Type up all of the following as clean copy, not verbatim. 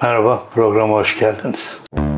Merhaba, programa hoş geldiniz.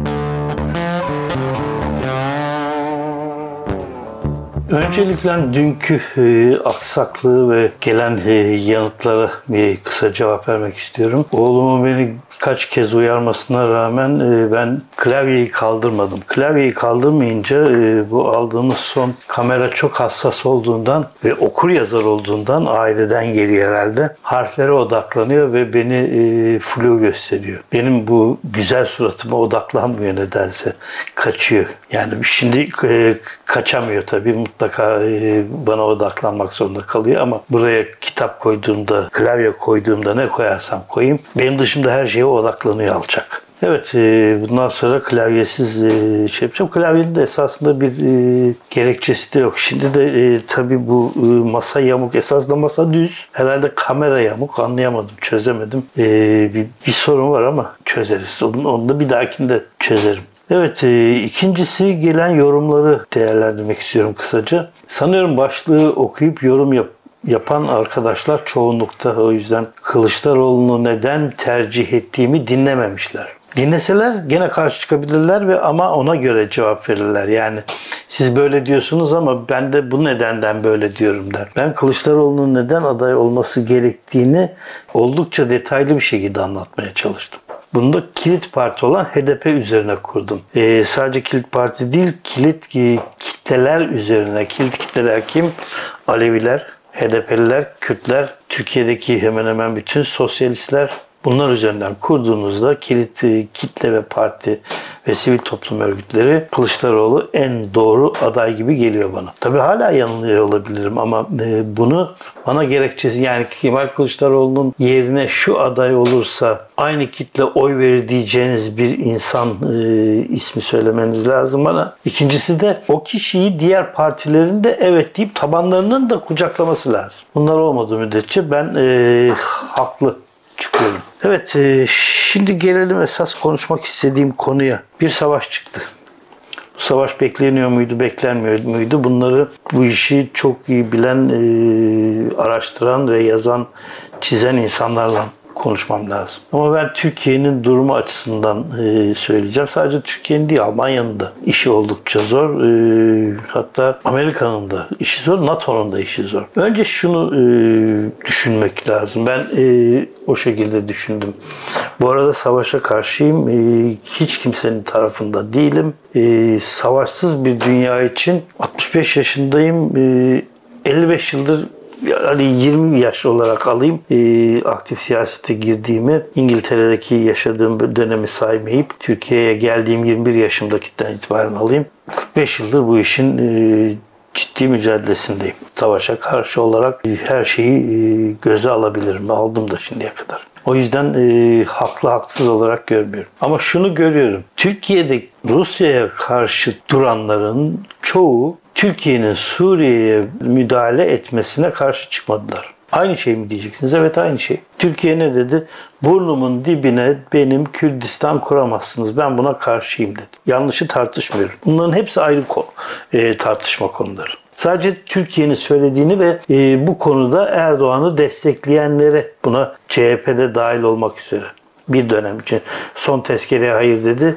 Öncelikle dünkü aksaklığı ve gelen yanıtlara bir kısa cevap vermek istiyorum. Oğlumun beni birkaç kez uyarmasına rağmen ben klavyeyi kaldırmadım. Klavyeyi kaldırmayınca bu aldığımız son kamera çok hassas olduğundan ve okur yazar olduğundan aileden geliyor herhalde. Harflere odaklanıyor ve beni flu gösteriyor. Benim bu güzel suratıma odaklanmıyor nedense. Kaçıyor. Yani şimdi kaçamıyor tabii. Mutlaka bana odaklanmak zorunda kalıyor ama buraya kitap koyduğumda, klavye koyduğumda ne koyarsam koyayım benim dışımda her şeye odaklanıyor alçak. Evet, bundan sonra klavyesiz şey yapacağım. Klavyenin de esasında bir gerekçesi de yok. Şimdi de tabii bu masa yamuk. Esasında masa düz. Herhalde kamera yamuk. Anlayamadım, çözemedim. Bir sorun var ama çözeriz. Onu da bir dahakinde çözerim. Evet, ikincisi gelen yorumları değerlendirmek istiyorum kısaca. Sanıyorum başlığı okuyup yorum yapan arkadaşlar çoğunlukta. O yüzden Kılıçdaroğlu'nu neden tercih ettiğimi dinlememişler. Dinleseler gene karşı çıkabilirler ama ona göre cevap verirler. Yani siz böyle diyorsunuz ama ben de bu nedenden böyle diyorum der. Ben Kılıçdaroğlu'nun neden aday olması gerektiğini oldukça detaylı bir şekilde anlatmaya çalıştım. Bunu da kilit parti olan HDP üzerine kurdum. Sadece kilit parti değil, kilit kitleler üzerine. Kilit kitleler kim? Aleviler, HDP'liler, Kürtler, Türkiye'deki hemen hemen bütün sosyalistler. Bunlar üzerinden kurduğunuzda kilit kitle ve parti ve sivil toplum örgütleri Kılıçdaroğlu en doğru aday gibi geliyor bana. Tabii hala yanılıyor olabilirim ama bunu bana gerekçesi yani Kemal Kılıçdaroğlu'nun yerine şu aday olursa aynı kitle oy verir diyeceğiniz bir insan ismi söylemeniz lazım bana. İkincisi de o kişiyi diğer partilerin de evet deyip tabanlarının da kucaklaması lazım. Bunlar olmadığı müddetçe ben haklı çıkıyorum. Evet, şimdi gelelim esas konuşmak istediğim konuya. Bir savaş çıktı. Bu savaş bekleniyor muydu, beklenmiyor muydu? Bu işi çok iyi bilen, araştıran ve yazan, çizen insanlarla konuşmam lazım. Ama ben Türkiye'nin durumu açısından söyleyeceğim. Sadece Türkiye'nin değil, Almanya'nın da işi oldukça zor. Hatta Amerika'nın da işi zor, NATO'nun da işi zor. Önce şunu düşünmek lazım. Ben o şekilde düşündüm. Bu arada savaşa karşıyım. Hiç kimsenin tarafında değilim. Savaşsız bir dünya için 65 yaşındayım. 55 yıldır yani 20 yaş olarak alayım aktif siyasete girdiğimi, İngiltere'deki yaşadığım dönemi saymayıp Türkiye'ye geldiğim 21 yaşımdakinden itibaren alayım. 45 yıldır bu işin ciddi mücadelesindeyim. Savaşa karşı olarak her şeyi göze alabilirim. Aldım da şimdiye kadar. O yüzden haklı haksız olarak görmüyorum. Ama şunu görüyorum. Türkiye'de Rusya'ya karşı duranların çoğu Türkiye'nin Suriye'ye müdahale etmesine karşı çıkmadılar. Aynı şey mi diyeceksiniz? Evet, aynı şey. Türkiye ne dedi? Burnumun dibine benim Kürdistan kuramazsınız. Ben buna karşıyım dedi. Yanlışı tartışmıyorum. Bunların hepsi ayrı tartışma konuları. Sadece Türkiye'nin söylediğini ve bu konuda Erdoğan'ı destekleyenlere, buna CHP'de dahil olmak üzere bir dönem için son tezkereye hayır dedi.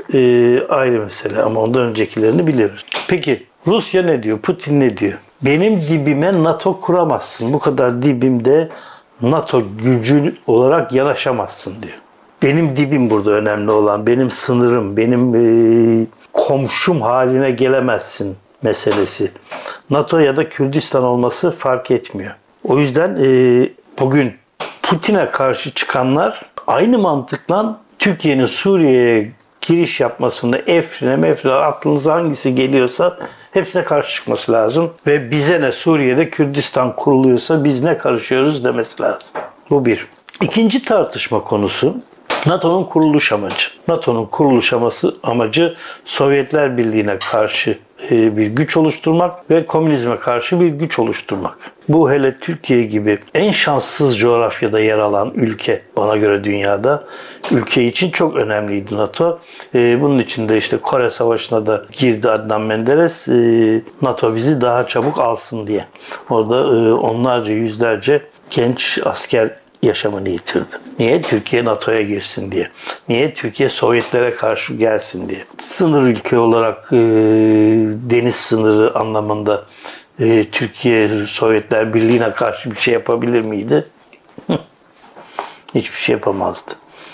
Ayrı mesele ama ondan öncekilerini biliyoruz. Peki Rusya ne diyor? Putin ne diyor? Benim dibime NATO kuramazsın. Bu kadar dibimde NATO gücü olarak yanaşamazsın diyor. Benim dibim burada önemli olan. Benim sınırım, benim komşum haline gelemezsin meselesi. NATO ya da Kürdistan olması fark etmiyor. O yüzden bugün Putin'e karşı çıkanlar aynı mantıkla Türkiye'nin Suriye'ye giriş yapmasında Efrin'e aklınıza hangisi geliyorsa hepsine karşı çıkması lazım. Ve bize ne, Suriye'de Kürdistan kuruluyorsa biz ne karışıyoruz demesi lazım. Bu bir. İkinci tartışma konusu NATO'nun kuruluş amacı. NATO'nun kuruluş amacı Sovyetler Birliği'ne karşı bir güç oluşturmak ve komünizme karşı bir güç oluşturmak. Bu hele Türkiye gibi en şanssız coğrafyada yer alan ülke, bana göre dünyada, ülke için çok önemliydi NATO. Bunun için de işte Kore Savaşı'na da girdi Adnan Menderes, NATO bizi daha çabuk alsın diye. Orada onlarca, yüzlerce genç asker yaşamını yitirdi. Niye? Türkiye NATO'ya girsin diye. Niye? Türkiye Sovyetlere karşı gelsin diye. Sınır ülke olarak deniz sınırı anlamında Türkiye Sovyetler Birliği'ne karşı bir şey yapabilir miydi? Hiçbir şey yapamazdı.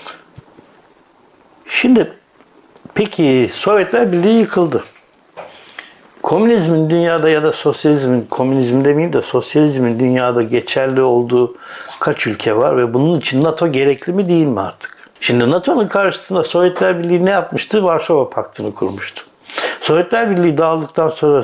Şimdi peki Sovyetler Birliği yıkıldı. Komünizmin dünyada ya da sosyalizmin, komünizm demeyeyim de sosyalizmin dünyada geçerli olduğu kaç ülke var ve bunun için NATO gerekli mi değil mi artık? Şimdi NATO'nun karşısında Sovyetler Birliği ne yapmıştı? Varşova Paktı'nı kurmuştu. Sovyetler Birliği dağıldıktan sonra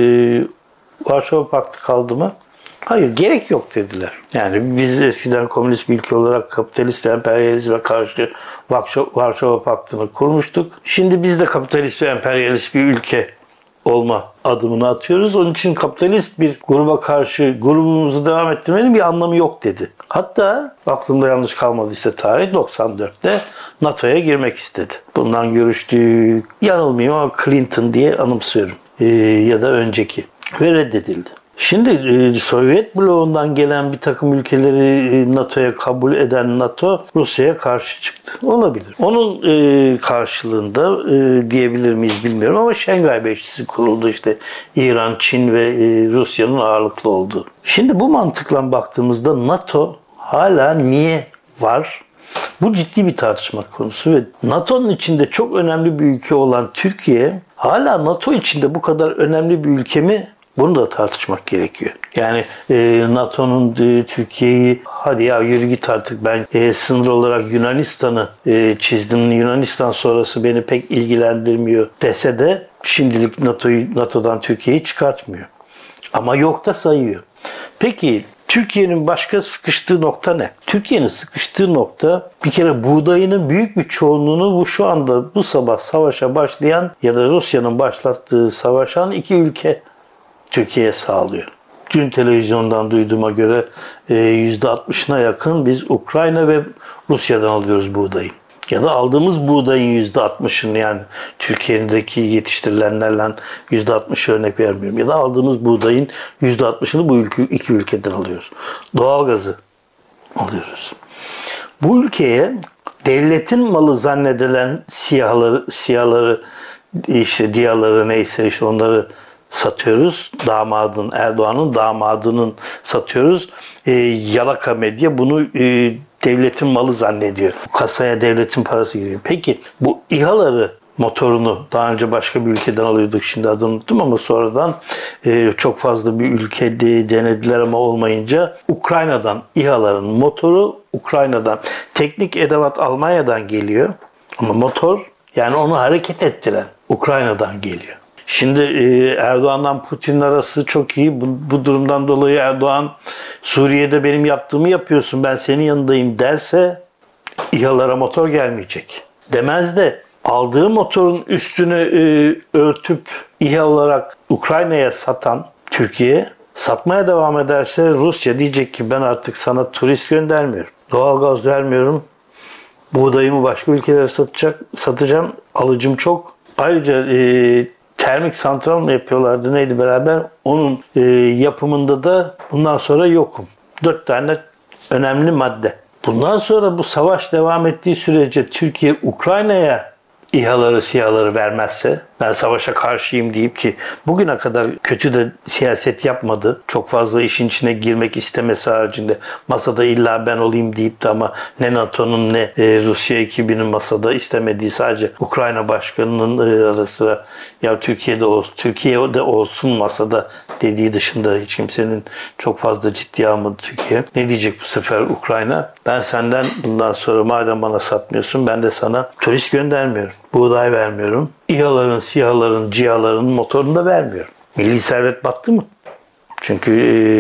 Varşova Paktı kaldı mı? Hayır, gerek yok dediler. Yani biz eskiden komünist bir ülke olarak kapitalist ve emperyalizme karşı Varşova Paktı'nı kurmuştuk. Şimdi biz de kapitalist ve emperyalist bir ülke olma adımını atıyoruz. Onun için kapitalist bir gruba karşı grubumuzu devam ettirmenin bir anlamı yok dedi. Hatta aklımda yanlış kalmadıysa tarih 94'te NATO'ya girmek istedi. Bundan görüştük. Yanılmıyorum ama Clinton diye anımsıyorum. Ya da önceki. Ve reddedildi. Şimdi Sovyet bloğundan gelen bir takım ülkeleri NATO'ya kabul eden NATO Rusya'ya karşı çıktı. Olabilir. Onun karşılığında diyebilir miyiz bilmiyorum ama Şangay Beşlisi kuruldu, işte İran, Çin ve Rusya'nın ağırlıklı olduğu. Şimdi bu mantıkla baktığımızda NATO hala niye var? Bu ciddi bir tartışma konusu ve NATO'nun içinde çok önemli bir ülke olan Türkiye hala NATO içinde bu kadar önemli bir ülke mi? Bunu da tartışmak gerekiyor. Yani NATO'nun Türkiye'yi hadi ya yürü git artık ben sınır olarak Yunanistan'ı çizdim. Yunanistan sonrası beni pek ilgilendirmiyor dese de şimdilik NATO'dan Türkiye'yi çıkartmıyor. Ama yok da sayıyor. Peki Türkiye'nin başka sıkıştığı nokta ne? Türkiye'nin sıkıştığı nokta bir kere buğdayının büyük bir çoğunluğunu şu anda bu sabah savaşa başlayan ya da Rusya'nın başlattığı savaşan iki ülke Türkiye'ye sağlıyor. Dün televizyondan duyduğuma göre %60'ına yakın biz Ukrayna ve Rusya'dan alıyoruz buğdayı. Ya da aldığımız buğdayın %60'ını, yani Türkiye'deki yetiştirilenlerle %60 örnek vermiyorum. Ya da aldığımız buğdayın %60'ını bu iki ülkeden alıyoruz. Doğalgazı alıyoruz. Bu ülkeye devletin malı zannedilen siyahları işte diyaları neyse işte onları satıyoruz. Erdoğan'ın damadının satıyoruz. Yalaka medya bunu devletin malı zannediyor. Kasaya devletin parası giriyor. Peki bu İHA'ları, motorunu daha önce başka bir ülkeden alıyorduk, şimdi adını unuttum ama sonradan çok fazla bir ülkede denediler ama olmayınca Ukrayna'dan İHA'ların motoru Ukrayna'dan, teknik edevat Almanya'dan geliyor ama motor, yani onu hareket ettiren Ukrayna'dan geliyor. Şimdi Erdoğan'la Putin'in arası çok iyi. Bu durumdan dolayı Erdoğan Suriye'de benim yaptığımı yapıyorsun, ben senin yanındayım derse İHA'lara motor gelmeyecek. Demez de aldığı motorun üstünü örtüp İHA olarak Ukrayna'ya satan Türkiye satmaya devam ederse Rusya diyecek ki ben artık sana turist göndermiyorum. Doğalgaz vermiyorum. Buğdayımı başka ülkelere satacağım. Alıcım çok. Ayrıca termik santral mı yapıyorlardı neydi beraber? Onun yapımında da bundan sonra yokum. 4 tane önemli madde. Bundan sonra bu savaş devam ettiği sürece Türkiye Ukrayna'ya İHA'ları, SİHA'ları vermezse, ben savaşa karşıyım deyip ki bugüne kadar kötü de siyaset yapmadı. Çok fazla işin içine girmek istemesi haricinde masada illa ben olayım deyip de ama ne NATO'nun ne Rusya ekibinin masada istemediği, sadece Ukrayna başkanının ara sıra ya Türkiye'de olsun masada dediği dışında hiç kimsenin çok fazla ciddiye almadı Türkiye. Ne diyecek bu sefer Ukrayna? Ben senden bundan sonra madem bana satmıyorsun ben de sana turist göndermiyorum. Buğday vermiyorum. İHA'ların, SİHA'ların, CİHA'ların motorunu da vermiyorum. Milli servet battı mı? Çünkü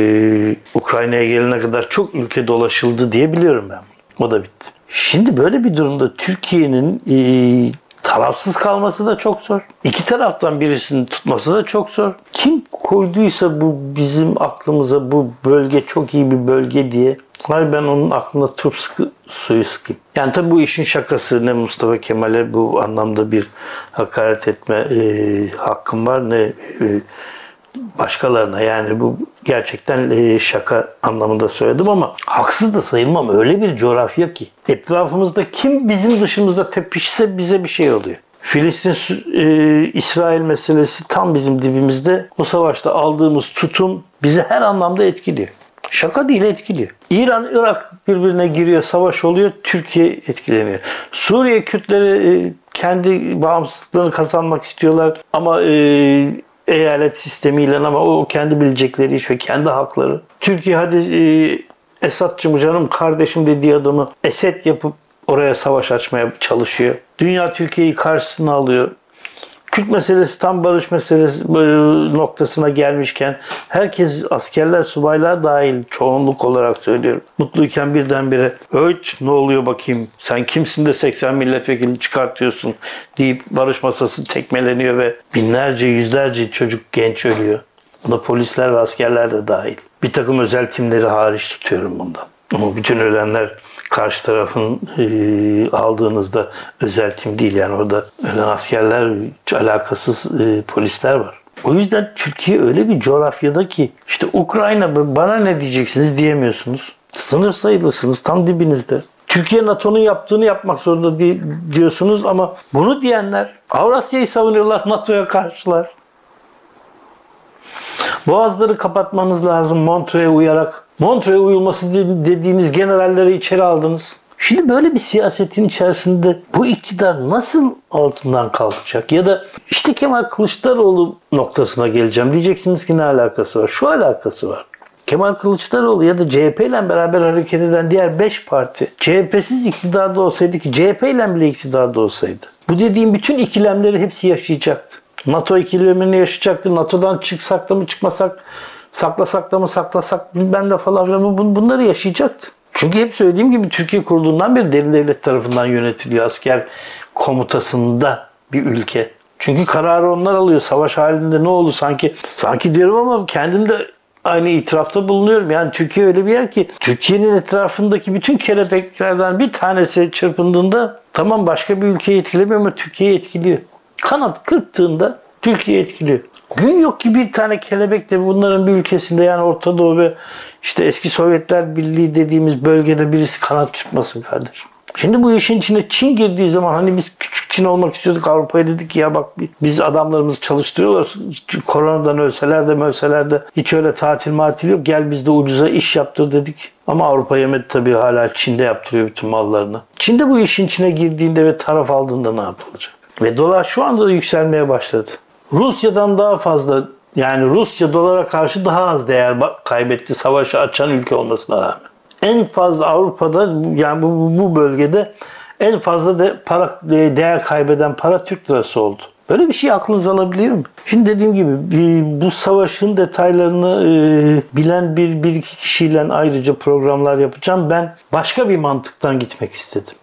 Ukrayna'ya gelene kadar çok ülke dolaşıldı diye biliyorum ben bunu. O da bitti. Şimdi böyle bir durumda Türkiye'nin tarafsız kalması da çok zor. İki taraftan birisini tutması da çok zor. Kim koyduysa bu bizim aklımıza bu bölge çok iyi bir bölge diye, hayır ben onun aklına turp suyu sıkayım. Yani tabii bu işin şakası, ne Mustafa Kemal'e bu anlamda bir hakaret etme hakkım var ne başkalarına. Yani bu gerçekten şaka anlamında söyledim ama haksız da sayılmam. Öyle bir coğrafya ki etrafımızda kim bizim dışımızda tepişse bize bir şey oluyor. Filistin-İsrail meselesi tam bizim dibimizde. O savaşta aldığımız tutum bizi her anlamda etkiliyor. Şaka değil, etkiliyor. İran-Irak birbirine giriyor, savaş oluyor, Türkiye etkileniyor. Suriye Kürtleri kendi bağımsızlığını kazanmak istiyorlar ama eyalet sistemiyle, ama o kendi bilecekleri iş ve kendi hakları. Türkiye hadi Esad'cım canım kardeşim dediği adamı Esed yapıp oraya savaş açmaya çalışıyor. Dünya Türkiye'yi karşısına alıyor. Kürt meselesi tam barış meselesi noktasına gelmişken herkes, askerler, subaylar dahil, çoğunluk olarak söylüyorum, mutluyken birdenbire "Öğüt ne oluyor bakayım, sen kimsin de 80 milletvekili çıkartıyorsun" deyip barış masası tekmeleniyor ve binlerce, yüzlerce çocuk, genç ölüyor. Buna polisler ve askerler de dahil. Bir takım özel timleri hariç tutuyorum bundan. Ama bütün ölenler karşı tarafın aldığınızda özel tim değil, yani orada ölen askerler, hiç alakasız polisler var. O yüzden Türkiye öyle bir coğrafyada ki işte Ukrayna bana ne diyeceksiniz diyemiyorsunuz. Sınır sayılırsınız tam dibinizde. Türkiye NATO'nun yaptığını yapmak zorunda değil diyorsunuz ama bunu diyenler Avrasya'yı savunuyorlar, NATO'ya karşılar. Boğazları kapatmanız lazım Montreux'e uyarak. Montreux'e uyulması dediğiniz generalleri içeri aldınız. Şimdi böyle bir siyasetin içerisinde bu iktidar nasıl altından kalkacak? Ya da işte Kemal Kılıçdaroğlu noktasına geleceğim. Diyeceksiniz ki ne alakası var? Şu alakası var. Kemal Kılıçdaroğlu ya da CHP ile beraber hareket eden diğer 5 parti CHP'siz iktidarda olsaydı, ki CHP ile bile iktidarda olsaydı, bu dediğim bütün ikilemleri hepsi yaşayacaktı. NATO ikilemini yaşayacaktı. NATO'dan çıksak da mı çıkmasak, saklasak da mı saklasak bilmem ne falan, bunları yaşayacaktı. Çünkü hep söylediğim gibi Türkiye kurulduğundan beri derin devlet tarafından yönetiliyor. Asker komutasında bir ülke. Çünkü kararı onlar alıyor. Savaş halinde ne oldu sanki diyorum ama kendim de aynı itirafta bulunuyorum. Yani Türkiye öyle bir yer ki Türkiye'nin etrafındaki bütün kelebeklerden bir tanesi çırpındığında tamam başka bir ülkeyi etkilemiyor ama Türkiye'yi etkiliyor. Kanat kırptığında Türkiye etkiliyor. Gün yok ki bir tane kelebek de bunların bir ülkesinde, yani Orta Doğu ve işte eski Sovyetler Birliği dediğimiz bölgede birisi kanat çırpmasın kardeşim. Şimdi bu işin içine Çin girdiği zaman, hani biz küçük Çin olmak istiyorduk, Avrupa'ya dedik ki ya bak biz adamlarımızı çalıştırıyorlar. Koronadan ölseler de hiç öyle tatil yok. Gel bizde ucuza iş yaptır dedik. Ama Avrupa yemedi tabii, hala Çin'de yaptırıyor bütün mallarını. Çin'de bu işin içine girdiğinde ve taraf aldığında ne yapılacak? Ve dolar şu anda da yükselmeye başladı. Rusya'dan daha fazla, yani Rusya dolara karşı daha az değer kaybetti savaşı açan ülke olmasına rağmen. En fazla Avrupa'da, yani bu bölgede en fazla değer kaybeden para Türk lirası oldu. Böyle bir şey aklınız alabiliyor mu? Şimdi dediğim gibi bu savaşın detaylarını bilen bir iki kişiyle ayrıca programlar yapacağım. Ben başka bir mantıktan gitmek istedim.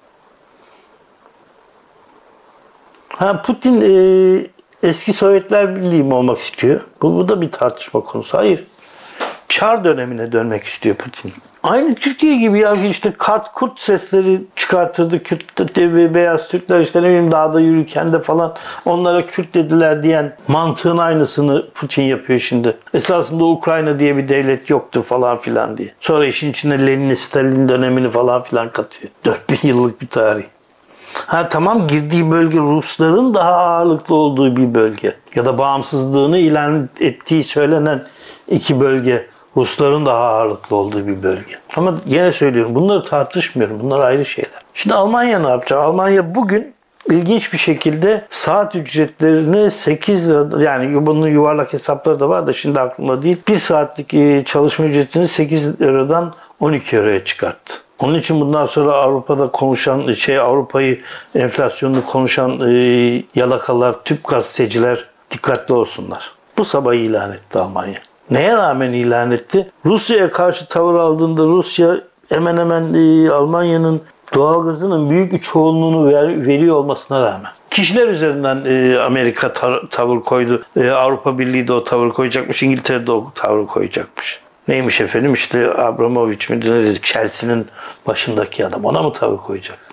Putin eski Sovyetler Birliği mi olmak istiyor? Bu da bir tartışma konusu. Hayır. Çar dönemine dönmek istiyor Putin. Aynı Türkiye gibi ya, işte kurt sesleri çıkartırdı. Kürt ve beyaz Türkler işte ne bileyim dağda yürürken de falan onlara Kürt dediler diyen mantığın aynısını Putin yapıyor şimdi. Esasında Ukrayna diye bir devlet yoktu falan filan diye. Sonra işin içine Lenin, Stalin dönemini falan filan katıyor. 4000 yıllık bir tarih. Tamam, girdiği bölge Rusların daha ağırlıklı olduğu bir bölge. Ya da bağımsızlığını ilan ettiği söylenen 2 bölge Rusların daha ağırlıklı olduğu bir bölge. Ama yine söylüyorum, bunları tartışmıyorum. Bunlar ayrı şeyler. Şimdi Almanya ne yapacak? Almanya bugün ilginç bir şekilde saat ücretlerini 8 lira, yani bunun yuvarlak hesapları da var da şimdi aklımda değil. 1 saatlik çalışma ücretini 8 liradan 12 euroya çıkarttı. Onun için bundan sonra Avrupa'da konuşan, Avrupa'yı enflasyonunu konuşan yalakalar, tüp gazeteciler dikkatli olsunlar. Bu sabah ilan etti Almanya. Neye rağmen ilan etti? Rusya'ya karşı tavır aldığında Rusya hemen hemen Almanya'nın doğalgazının büyük bir çoğunluğunu veriyor olmasına rağmen. Kişiler üzerinden Amerika tavır koydu. Avrupa Birliği de o tavır koyacakmış. İngiltere de o tavır koyacakmış. Neymiş efendim, işte Abramovich mi ne dedi, Chelsea'nin başındaki adam, ona mı tavır koyacaksın?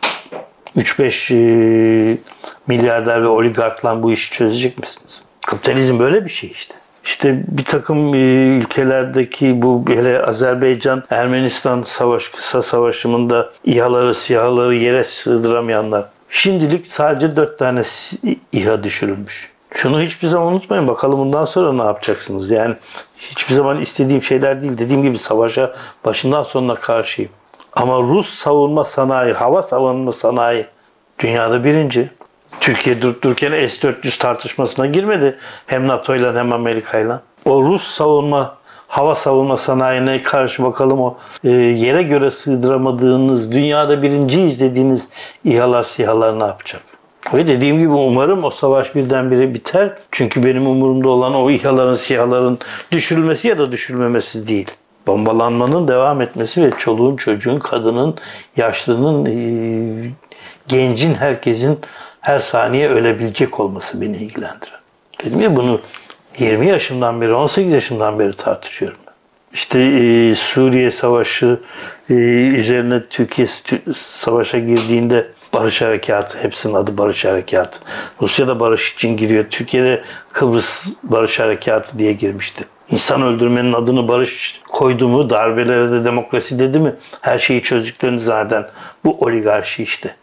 3-5 milyarder ve oligarkla bu işi çözecek misiniz? Kapitalizm böyle bir şey işte. İşte bir takım ülkelerdeki bu hele Azerbaycan, Ermenistan kısa savaşımında İHA'ları, SİHA'ları yere sığdıramayanlar. Şimdilik sadece 4 tane İHA düşürülmüş. Şunu hiçbir zaman unutmayın. Bakalım bundan sonra ne yapacaksınız? Yani hiçbir zaman istediğim şeyler değil. Dediğim gibi savaşa başından sonuna karşıyım. Ama Rus savunma sanayi, hava savunma sanayi dünyada birinci. Türkiye durup dururken S-400 tartışmasına girmedi. Hem NATO ile hem Amerika ile. O Rus hava savunma sanayine karşı bakalım o yere göre sığdıramadığınız, dünyada birinciyiz dediğiniz İHA'lar, SİHA'lar ne yapacak? Ve dediğim gibi umarım o savaş birdenbire biter. Çünkü benim umurumda olan o İHA'ların, SİHA'ların düşürülmesi ya da düşürülmemesi değil. Bombalanmanın devam etmesi ve çoluğun, çocuğun, kadının, yaşlının, gencin, herkesin her saniye ölebilecek olması beni ilgilendiren. Dedim ya bunu 20 yaşımdan beri, 18 yaşımdan beri tartışıyorum. İşte Suriye Savaşı üzerine Türkiye savaşa girdiğinde Barış Harekatı, hepsinin adı Barış Harekatı. Rusya da barış için giriyor. Türkiye'de Kıbrıs Barış Harekatı diye girmişti. İnsan öldürmenin adını barış koydu mu, darbelere de demokrasi dedi mi, her şeyi çözdüklerini zaten bu oligarşi işte.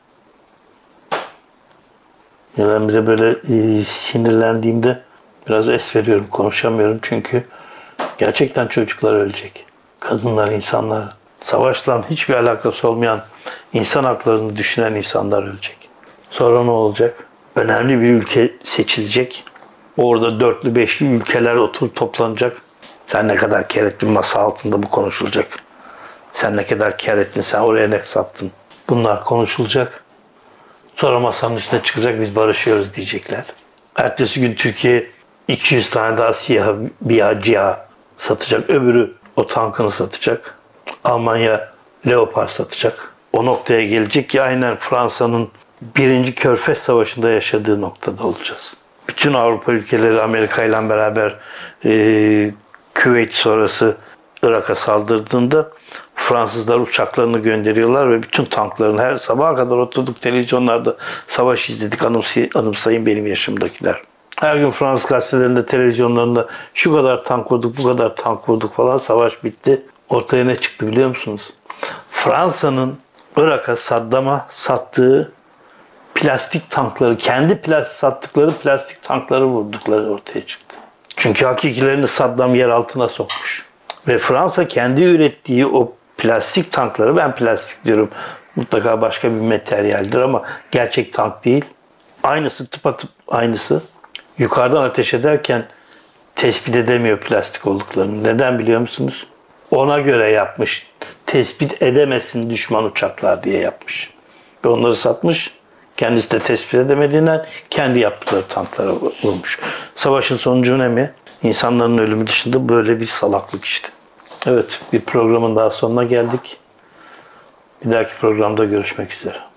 Ya ben bir de böyle sinirlendiğimde biraz es veriyorum, konuşamıyorum çünkü gerçekten çocuklar ölecek. Kadınlar, insanlar, savaşla hiçbir alakası olmayan, insan haklarını düşünen insanlar ölecek. Sonra ne olacak? Önemli bir ülke seçilecek. Orada dörtlü, beşli ülkeler oturup toplanacak. Sen ne kadar kâr ettin, masa altında bu konuşulacak. Sen ne kadar kâr ettin, sen oraya ne sattın. Bunlar konuşulacak. Sonra masanın üstüne çıkacak, biz barışıyoruz diyecekler. Ertesi gün Türkiye 200 tane daha SİHA, BİHA, CİHA satacak. Öbürü o tankını satacak. Almanya Leopard satacak. O noktaya gelecek ki aynen Fransa'nın 1. Körfez Savaşı'nda yaşadığı noktada olacağız. Bütün Avrupa ülkeleri Amerika ile beraber Küveyt sonrası Irak'a saldırdığında Fransızlar uçaklarını gönderiyorlar ve bütün tankların her sabaha kadar oturduk televizyonlarda savaş izledik. Anımsayın benim yaşımdakiler. Her gün Fransız gazetelerinde, televizyonlarında şu kadar tank vurduk, bu kadar tank vurduk falan, savaş bitti. Ortaya ne çıktı biliyor musunuz? Fransa'nın Irak'a, Saddam'a sattığı plastik tankları, sattıkları plastik tankları vurdukları ortaya çıktı. Çünkü hakikilerini Saddam yer altına sokmuş. Ve Fransa kendi ürettiği o plastik tankları, ben plastik diyorum, mutlaka başka bir materyaldir ama gerçek tank değil. Aynısı, tıpatıp aynısı. Yukarıdan ateş ederken tespit edemiyor plastik olduklarını. Neden biliyor musunuz? Ona göre yapmış. Tespit edemesin düşman uçaklar diye yapmış. Ve onları satmış. Kendisi de tespit edemediğinden kendi yaptıkları tanklara vurmuş. Savaşın sonucu ne mi? İnsanların ölümü dışında böyle bir salaklık işte. Evet, bir programın daha sonuna geldik. Bir dahaki programda görüşmek üzere.